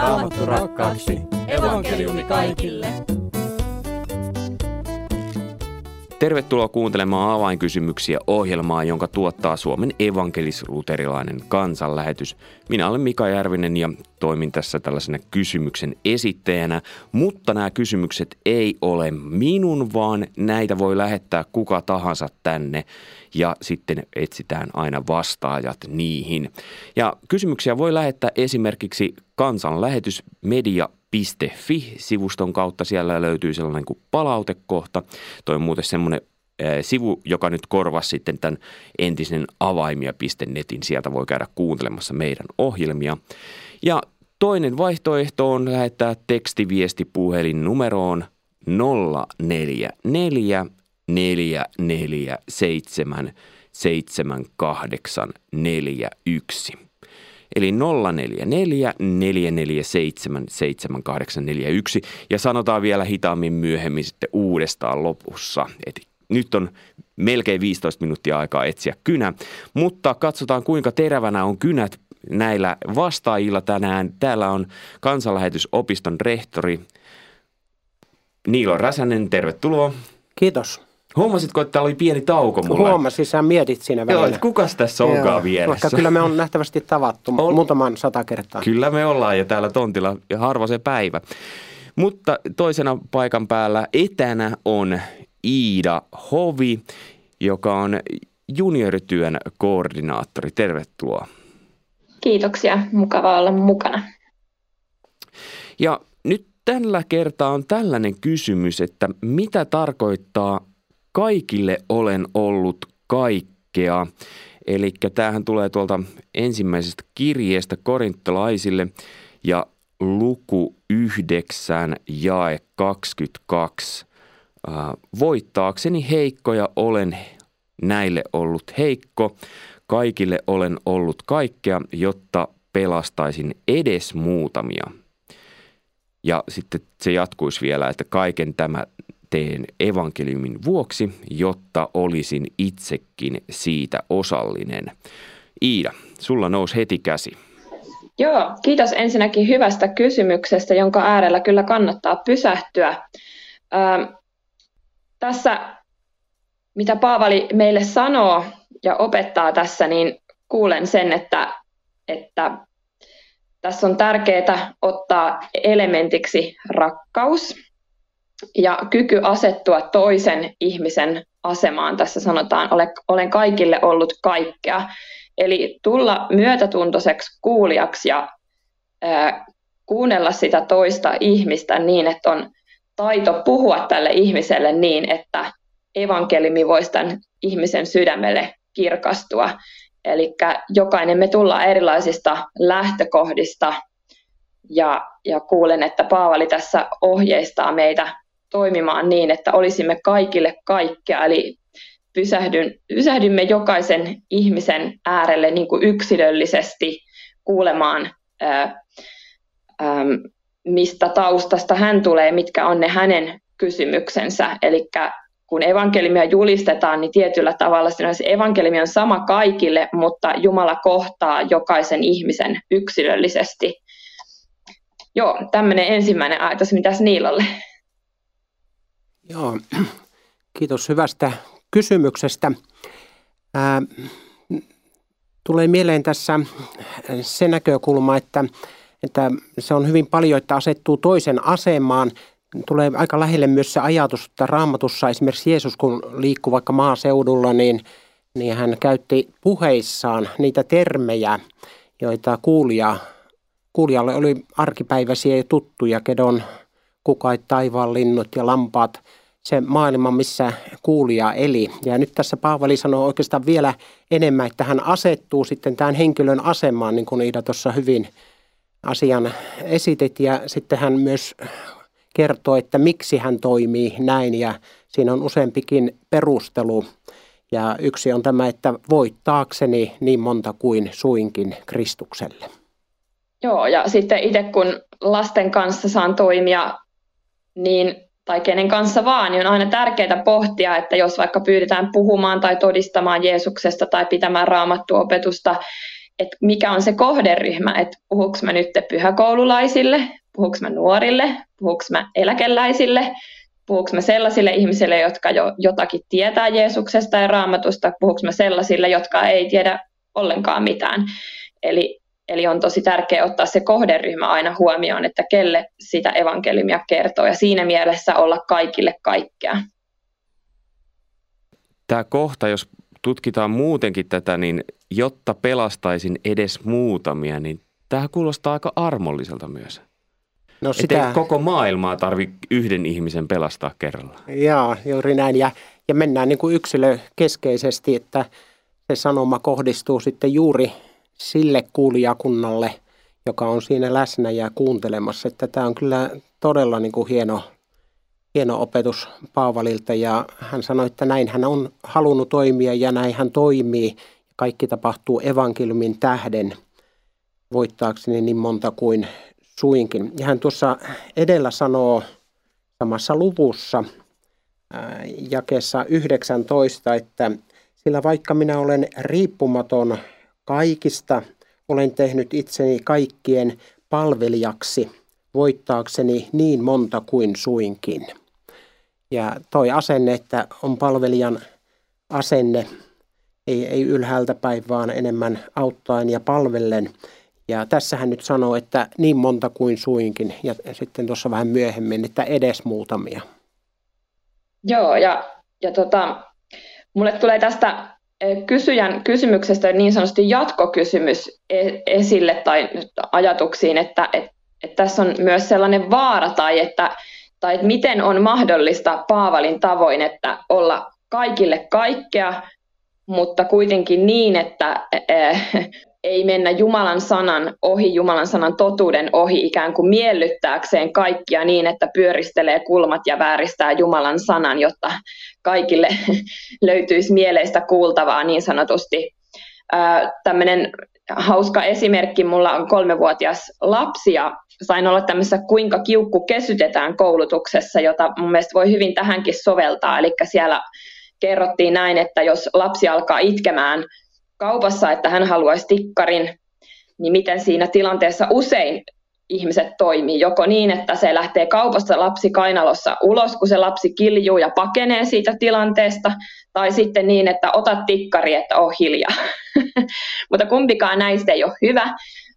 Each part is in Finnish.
Raamattu rakkaaksi. Evankeliumi kaikille. Tervetuloa kuuntelemaan Avainkysymyksiä -ohjelmaa, jonka tuottaa Suomen evankelis-luterilainen kansanlähetys. Minä olen Mika Järvinen ja toimin tässä tällaisena kysymyksen esittäjänä, mutta nämä kysymykset ei ole minun, vaan näitä voi lähettää kuka tahansa tänne ja sitten etsitään aina vastaajat niihin. Ja kysymyksiä voi lähettää esimerkiksi kansanlähetysmedia.fi-sivuston kautta. Siellä löytyy sellainen kuin palautekohta. Toi on muuten semmoinen sivu, joka nyt korvasi sitten tämän entisen avaimia.netin. Sieltä voi käydä kuuntelemassa meidän ohjelmia. Ja toinen vaihtoehto on lähettää tekstiviesti puhelinnumeroon 044 447 7841. Eli 044 447 7841 ja sanotaan vielä hitaammin myöhemmin sitten uudestaan lopussa. Eli nyt on melkein 15 minuuttia aikaa etsiä kynä, mutta katsotaan kuinka terävänä on kynät näillä vastaajilla tänään. Täällä on Kansanlähetysopiston rehtori Niilo Räsänen, tervetuloa. Kiitos. Huomasitko, että täällä oli pieni tauko mulla? Huomasin, sä mietit siinä välillä. Joo, kukas tässä onkaan vieressä? Vaikka kyllä me on nähtävästi tavattu muutaman 100 kertaa. Kyllä me ollaan ja täällä tontilla ja harva se päivä. Mutta toisena paikan päällä etänä on Iida Hovi, joka on juniorityön koordinaattori. Tervetuloa. Kiitoksia, mukava olla mukana. Ja nyt tällä kertaa on tällainen kysymys, että mitä tarkoittaa kaikille olen ollut kaikkea? Eli tämähän tulee tuolta ensimmäisestä kirjeestä korintolaisille ja luku 9 jae 22. Voittaakseni heikkoja olen näille ollut heikko, kaikille olen ollut kaikkea, jotta pelastaisin edes muutamia. Ja sitten se jatkuisi vielä, että kaiken tämä teen evankeliumin vuoksi, jotta olisin itsekin siitä osallinen. Iida, sulla nousi heti käsi. Joo, kiitos ensinnäkin hyvästä kysymyksestä, jonka äärellä kyllä kannattaa pysähtyä. Tässä, mitä Paavali meille sanoo ja opettaa tässä, niin kuulen sen, että tässä on tärkeää ottaa elementiksi rakkaus ja kyky asettua toisen ihmisen asemaan. Tässä sanotaan, olen kaikille ollut kaikkea. Eli tulla myötätuntoiseksi kuulijaksi ja kuunnella sitä toista ihmistä niin, että on taito puhua tälle ihmiselle niin, että evankeliumi voisi tämän ihmisen sydämelle kirkastua. Eli jokainen me tullaan erilaisista lähtökohdista ja kuulen, että Paavali tässä ohjeistaa meitä toimimaan niin, että olisimme kaikille kaikkea. Eli pysähdymme jokaisen ihmisen äärelle niin kuin yksilöllisesti kuulemaan, mistä taustasta hän tulee, mitkä on ne hänen kysymyksensä. Eli kun evankeliumia julistetaan, niin tietyllä tavalla se evankeliumi on sama kaikille, mutta Jumala kohtaa jokaisen ihmisen yksilöllisesti. Joo, tämmöinen ensimmäinen ajatus. Mitäs Niilolle? Joo, kiitos hyvästä kysymyksestä. Tulee mieleen tässä se näkökulma, että se on hyvin paljon, että asettuu toisen asemaan. Tulee aika lähelle myös se ajatus, että Raamatussa esimerkiksi Jeesus, kun liikkui vaikka maaseudulla, niin hän käytti puheissaan niitä termejä, joita kuulijalle oli arkipäiväisiä ja tuttuja, kedon kukait, taivaan linnut ja lampaat, se maailma, missä kuulija eli. Ja nyt tässä Paavali sanoo oikeastaan vielä enemmän, että hän asettuu sitten tämän henkilön asemaan, niin kuin Iida tuossa hyvin asian esitit, ja sitten hän myös kertoo, että miksi hän toimii näin, ja siinä on useampikin perustelu. Ja yksi on tämä, että voittaakseni niin monta kuin suinkin Kristukselle. Joo, ja sitten itse kun lasten kanssa saan toimia, niin, tai kenen kanssa vaan, niin on aina tärkeää pohtia, että jos vaikka pyydetään puhumaan tai todistamaan Jeesuksesta tai pitämään raamattuopetusta, että mikä on se kohderyhmä, että puhuuko mä nyt pyhäkoululaisille, puhuuko mä nuorille, puhuuko mä eläkeläisille, puhuuko mä sellaisille ihmisille, jotka jo jotakin tietää Jeesuksesta ja Raamatusta, puhuuko mä sellaisille, jotka ei tiedä ollenkaan mitään. Eli on tosi tärkeää ottaa se kohderyhmä aina huomioon, että kelle sitä evankeliumia kertoo ja siinä mielessä olla kaikille kaikkea. Tämä kohta, jos tutkitaan muutenkin tätä, niin jotta pelastaisin edes muutamia, niin tämä kuulostaa aika armolliselta myös. No sitä... Ettei koko maailmaa tarvitse yhden ihmisen pelastaa kerralla. Joo, juuri näin. Ja mennään niin kuin yksilökeskeisesti, että se sanoma kohdistuu sitten juuri sille kuulijakunnalle, joka on siinä läsnä ja kuuntelemassa. Että tämä on kyllä todella niin kuin hieno opetus Paavalilta ja hän sanoi, että näin hän on halunnut toimia ja näin hän toimii. Kaikki tapahtuu evankeliumin tähden voittaakseni niin monta kuin suinkin. Ja hän tuossa edellä sanoo samassa luvussa jakeessa 19, että sillä vaikka minä olen riippumaton kaikista, olen tehnyt itseni kaikkien palvelijaksi voittaakseni niin monta kuin suinkin. Ja toi asenne, että on palvelijan asenne, ei ylhäältä päin, vaan enemmän auttaen ja palvellen. Ja tässä hän nyt sanoo, että niin monta kuin suinkin, ja sitten tuossa vähän myöhemmin, että edes muutamia. Joo, ja mulle tulee tästä kysyjän kysymyksestä niin sanotusti jatkokysymys esille tai ajatuksiin, että tässä on myös sellainen vaara tai että miten on mahdollista Paavalin tavoin, että olla kaikille kaikkea, mutta kuitenkin niin, että ei mennä Jumalan sanan ohi, Jumalan sanan totuuden ohi ikään kuin miellyttääkseen kaikkia niin, että pyöristelee kulmat ja vääristää Jumalan sanan, jotta kaikille löytyisi mieleistä kuultavaa niin sanotusti. Tämmöinen hauska esimerkki, mulla on 3-vuotias lapsi ja sain olla tämmöisessä kuinka kiukku kesytetään koulutuksessa, jota mun mielestä voi hyvin tähänkin soveltaa. Eli siellä kerrottiin näin, että jos lapsi alkaa itkemään kaupassa, että hän haluaisi tikkarin, niin miten siinä tilanteessa usein ihmiset toimii. Joko niin, että se lähtee kaupasta lapsi kainalossa ulos, kun se lapsi kiljuu ja pakenee siitä tilanteesta, tai sitten niin, että ota tikkari, että ole hiljaa. Mutta kumpikaan näistä ei ole hyvä,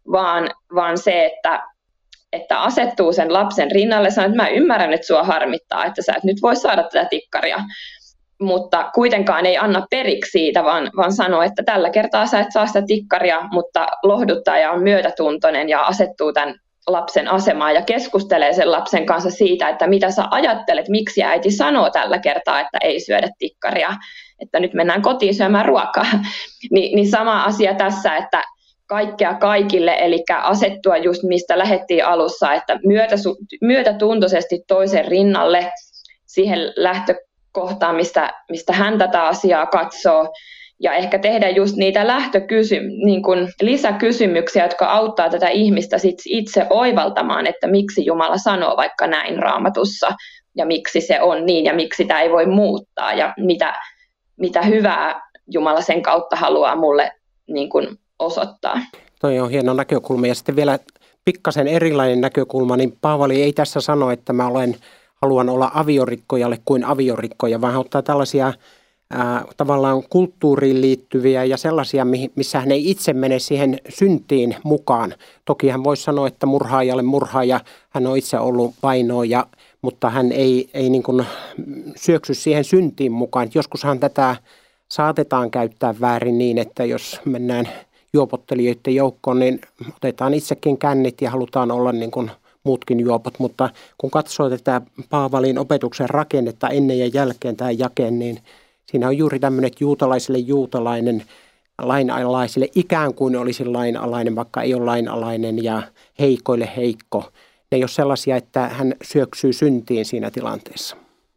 vaan se, että asettuu sen lapsen rinnalle, sanoo, että mä ymmärrän, että sua harmittaa, että sä et nyt voi saada tätä tikkaria. Mutta kuitenkaan ei anna periksi siitä, vaan sanoo, että tällä kertaa sä et saa sitä tikkaria, mutta lohduttaja on myötätuntoinen ja asettuu tämän lapsen asemaan ja keskustelee sen lapsen kanssa siitä, että mitä sä ajattelet, miksi äiti sanoo tällä kertaa, että ei syödä tikkaria, että nyt mennään kotiin syömään ruokaa. Niin sama asia tässä, että kaikkea kaikille, eli asettua just mistä lähdettiin alussa, että myötätuntoisesti toisen rinnalle siihen lähtökohtaan, mistä hän tätä asiaa katsoo, ja ehkä tehdä just niitä niin kuin lisäkysymyksiä, jotka auttaa tätä ihmistä itse oivaltamaan, että miksi Jumala sanoo vaikka näin Raamatussa, ja miksi se on niin, ja miksi sitä ei voi muuttaa, ja mitä hyvää Jumala sen kautta haluaa mulle niin kuin osoittaa. Toi on hieno näkökulma, ja sitten vielä pikkasen erilainen näkökulma, niin Paavali ei tässä sano, että mä haluan olla aviorikkojalle kuin aviorikkoja, vaan hän ottaa tällaisia tavallaan kulttuuriin liittyviä ja sellaisia, missä hän ei itse mene siihen syntiin mukaan. Toki hän voisi sanoa, että murhaajalle murhaaja, hän on itse ollut vainoja, mutta hän ei niin kuin syöksy siihen syntiin mukaan. Joskushan tätä saatetaan käyttää väärin niin, että jos mennään juopottelijoiden joukkoon, niin otetaan itsekin kännit ja halutaan olla niin kuin muutkin juopot, mutta kun katsoo tätä Paavalin opetuksen rakennetta ennen ja jälkeen tämä jake, niin siinä on juuri tämmöinen, että juutalaisille juutalainen, lainalaisille ikään kuin olisi lainalainen, vaikka ei ole lainalainen, ja heikoille heikko. Ne ei ole sellaisia, että hän syöksyy syntiin siinä tilanteessa.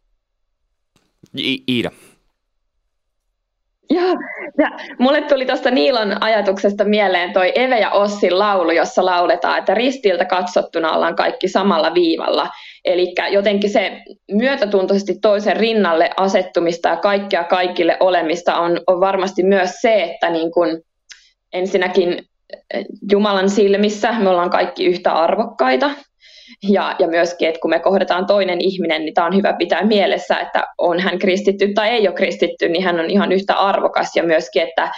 Iida. Ja mulle tuli tuosta Niilon ajatuksesta mieleen toi Eve ja Ossin laulu, jossa lauletaan, että ristiltä katsottuna ollaan kaikki samalla viivalla. Eli jotenkin se myötätuntoisesti toisen rinnalle asettumista ja kaikkea kaikille olemista on varmasti myös se, että niin kun ensinnäkin Jumalan silmissä me ollaan kaikki yhtä arvokkaita. Ja myöskin, että kun me kohdataan toinen ihminen, niin tämä on hyvä pitää mielessä, että on hän kristitty tai ei ole kristitty, niin hän on ihan yhtä arvokas. Ja myöskin, että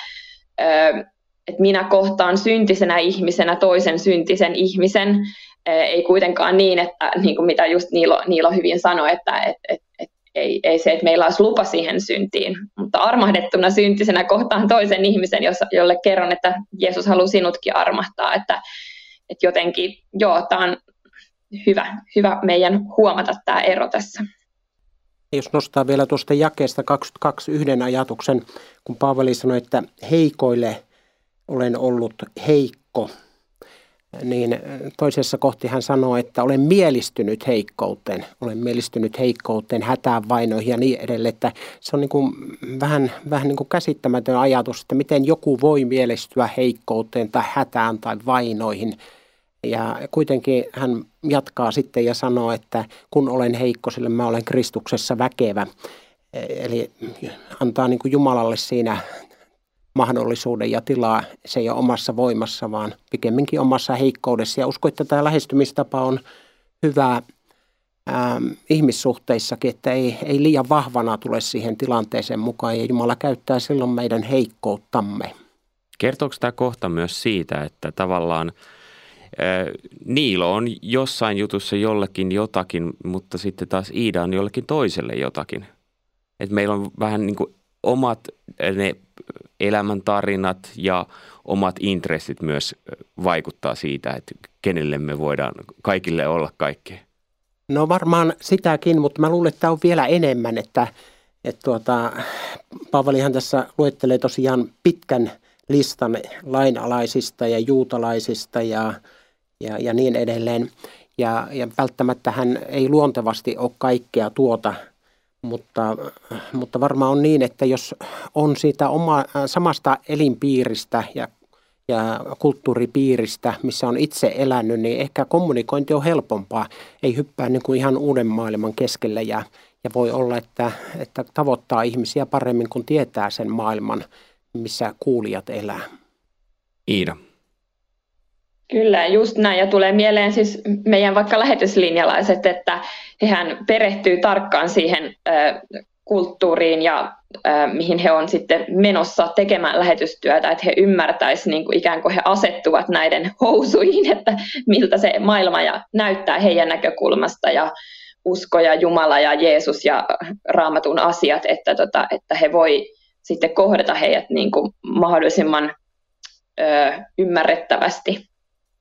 minä kohtaan syntisenä ihmisenä toisen syntisen ihmisen, ei kuitenkaan niin, että niin kuin mitä just Niilo hyvin sanoi, että ei se, että meillä olisi lupa siihen syntiin, mutta armahdettuna syntisenä kohtaan toisen ihmisen, jolle kerron, että Jeesus haluaa sinutkin armahtaa, että jotenkin, joo, tämä on hyvä meidän huomata tämä ero tässä. Jos nostaa vielä tuosta jakeesta 22 yhden ajatuksen, kun Paavali sanoi, että heikoille olen ollut heikko, niin toisessa kohti hän sanoo, että olen mielistynyt heikkouteen, hätään, vainoihin ja niin edelleen. Että se on niin kuin vähän niin kuin käsittämätön ajatus, että miten joku voi mielistyä heikkouteen tai hätään tai vainoihin. Ja kuitenkin hän jatkaa sitten ja sanoo, että kun olen heikko, sillä mä olen Kristuksessa väkevä. Eli antaa niin kuin Jumalalle siinä mahdollisuuden ja tilaa. Se ei ole omassa voimassa, vaan pikemminkin omassa heikkoudessa. Ja uskon, että tämä lähestymistapa on hyvä ihmissuhteissakin, että ei liian vahvana tule siihen tilanteeseen mukaan. Ja Jumala käyttää silloin meidän heikkouttamme. Kertooko tämä kohta myös siitä, että tavallaan Niilo on jossain jutussa jollekin jotakin, mutta sitten taas Iida on jollekin toiselle jotakin. Et meillä on vähän niin kuin omat ne elämäntarinat ja omat intressit myös vaikuttaa siitä, että kenelle me voidaan kaikille olla kaikkea. No varmaan sitäkin, mutta mä luulen, että tämä on vielä enemmän, että Paavalihan tässä luettelee tosiaan pitkän listan lainalaisista ja juutalaisista ja niin edelleen. Ja välttämättä hän ei luontevasti ole kaikkea tuota, mutta varmaan on niin, että jos on siitä samasta elinpiiristä ja kulttuuripiiristä, missä on itse elänyt, niin ehkä kommunikointi on helpompaa. Ei hyppää niin kuin ihan uuden maailman keskelle ja voi olla, että tavoittaa ihmisiä paremmin, kun tietää sen maailman, missä kuulijat elää. Iida. Kyllä, just näin. Ja tulee mieleen siis meidän vaikka lähetyslinjalaiset, että hehän perehtyy tarkkaan siihen kulttuuriin ja mihin he on sitten menossa tekemään lähetystyötä, että he ymmärtäisivät niin kuin ikään kuin he asettuvat näiden housuihin, että miltä se maailma näyttää heidän näkökulmasta ja usko ja Jumala ja Jeesus ja Raamatun asiat, että he voi sitten kohdata heidät niin kuin mahdollisimman ymmärrettävästi.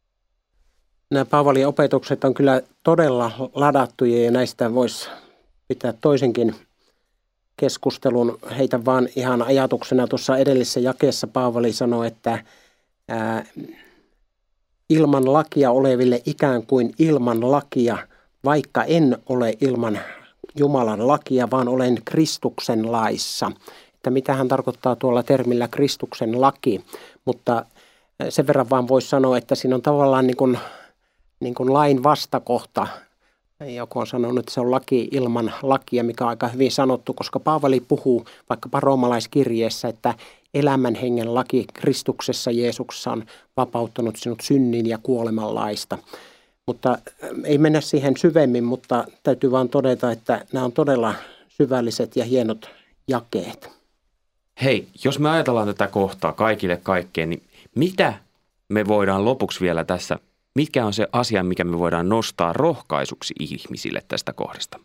Nämä Paavalin opetukset on kyllä todella ladattuja ja näistä voisi pitää toisenkin keskustelun. Heitä vaan ihan ajatuksena tuossa edellisessä jakeessa Paavali sanoi, että ilman lakia oleville ikään kuin ilman lakia, vaikka en ole ilman Jumalan lakia, vaan olen Kristuksen laissa. Että mitä hän tarkoittaa tuolla termillä Kristuksen laki, mutta sen verran vaan voisi sanoa, että siinä on tavallaan niin kuin lain vastakohta. Joku on sanonut, että se on laki ilman lakia, mikä on aika hyvin sanottu, koska Paavali puhuu vaikkapa roomalaiskirjeessä, että elämän hengen laki Kristuksessa Jeesuksessa on vapauttanut sinut synnin ja kuoleman laista. Mutta ei mennä siihen syvemmin, mutta täytyy vaan todeta, että nämä on todella syvälliset ja hienot jakeet. Hei, jos me ajatellaan tätä kohtaa kaikille kaikkeen, niin mitä me voidaan lopuksi vielä tässä, mikä on se asia, mikä me voidaan nostaa rohkaisuksi ihmisille tästä kohdasta?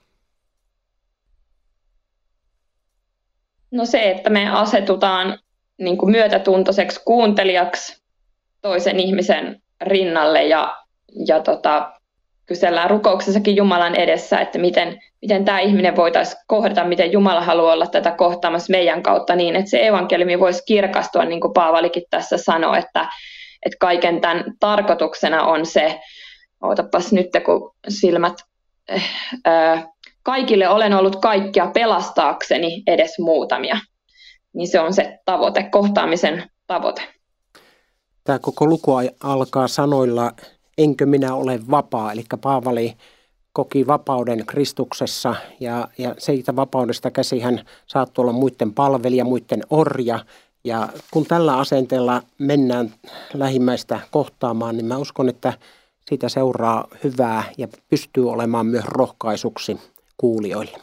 No se, että me asetutaan niin kuin myötätuntoiseksi kuuntelijaksi toisen ihmisen rinnalle ja kysellään rukouksessakin Jumalan edessä, että miten tämä ihminen voitaisiin kohdata, miten Jumala haluaa olla tätä kohtaamassa meidän kautta niin, että se evankeliumi voisi kirkastua, niin kuin Paavalikin tässä sanoi, että kaiken tämän tarkoituksena on se, ootapas nyt kun silmät, kaikille olen ollut kaikkia pelastaakseni edes muutamia, niin se on se tavoite, kohtaamisen tavoite. Tämä koko luku alkaa sanoilla, enkö minä ole vapaa, eli Paavali koki vapauden Kristuksessa ja siitä vapaudesta käsi hän saattoi olla muiden palvelija, muiden orja Ja kun tällä asenteella mennään lähimmäistä kohtaamaan, niin mä uskon, että siitä seuraa hyvää ja pystyy olemaan myös rohkaisuksi kuulijoille.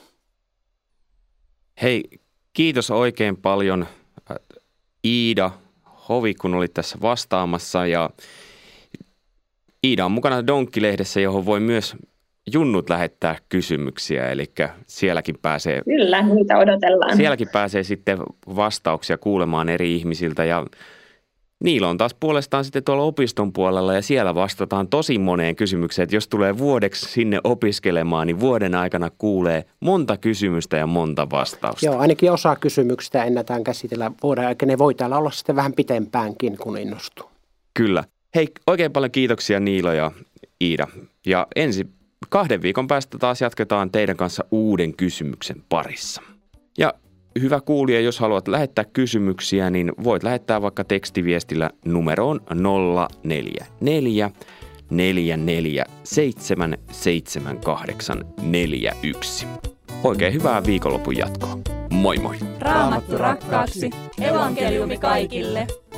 Hei, kiitos oikein paljon Iida Hovi, kun olit tässä vastaamassa. Ja Iida on mukana Donkki-lehdessä, johon voi myös junnut lähettää kysymyksiä, eli sielläkin pääsee... Kyllä, niitä odotellaan. Sielläkin pääsee sitten vastauksia kuulemaan eri ihmisiltä ja niillä on taas puolestaan sitten tuolla opiston puolella ja siellä vastataan tosi moneen kysymykseen, että jos tulee vuodeksi sinne opiskelemaan, niin vuoden aikana kuulee monta kysymystä ja monta vastausta. Joo, ainakin osa kysymyksistä ennätään käsitellä vuoden aikana. Ne voi täällä olla sitten vähän pitempäänkin, kun innostuu. Kyllä. Hei, oikein paljon kiitoksia Niilo ja Iida. Ja ensi 2 viikon päästä taas jatketaan teidän kanssa uuden kysymyksen parissa. Ja hyvä kuulija, jos haluat lähettää kysymyksiä, niin voit lähettää vaikka tekstiviestillä numeroon 044 447 7841. Oikein hyvää viikonlopun jatkoa. Moi moi! Raamattu rakkaaksi. Evankeliumi kaikille.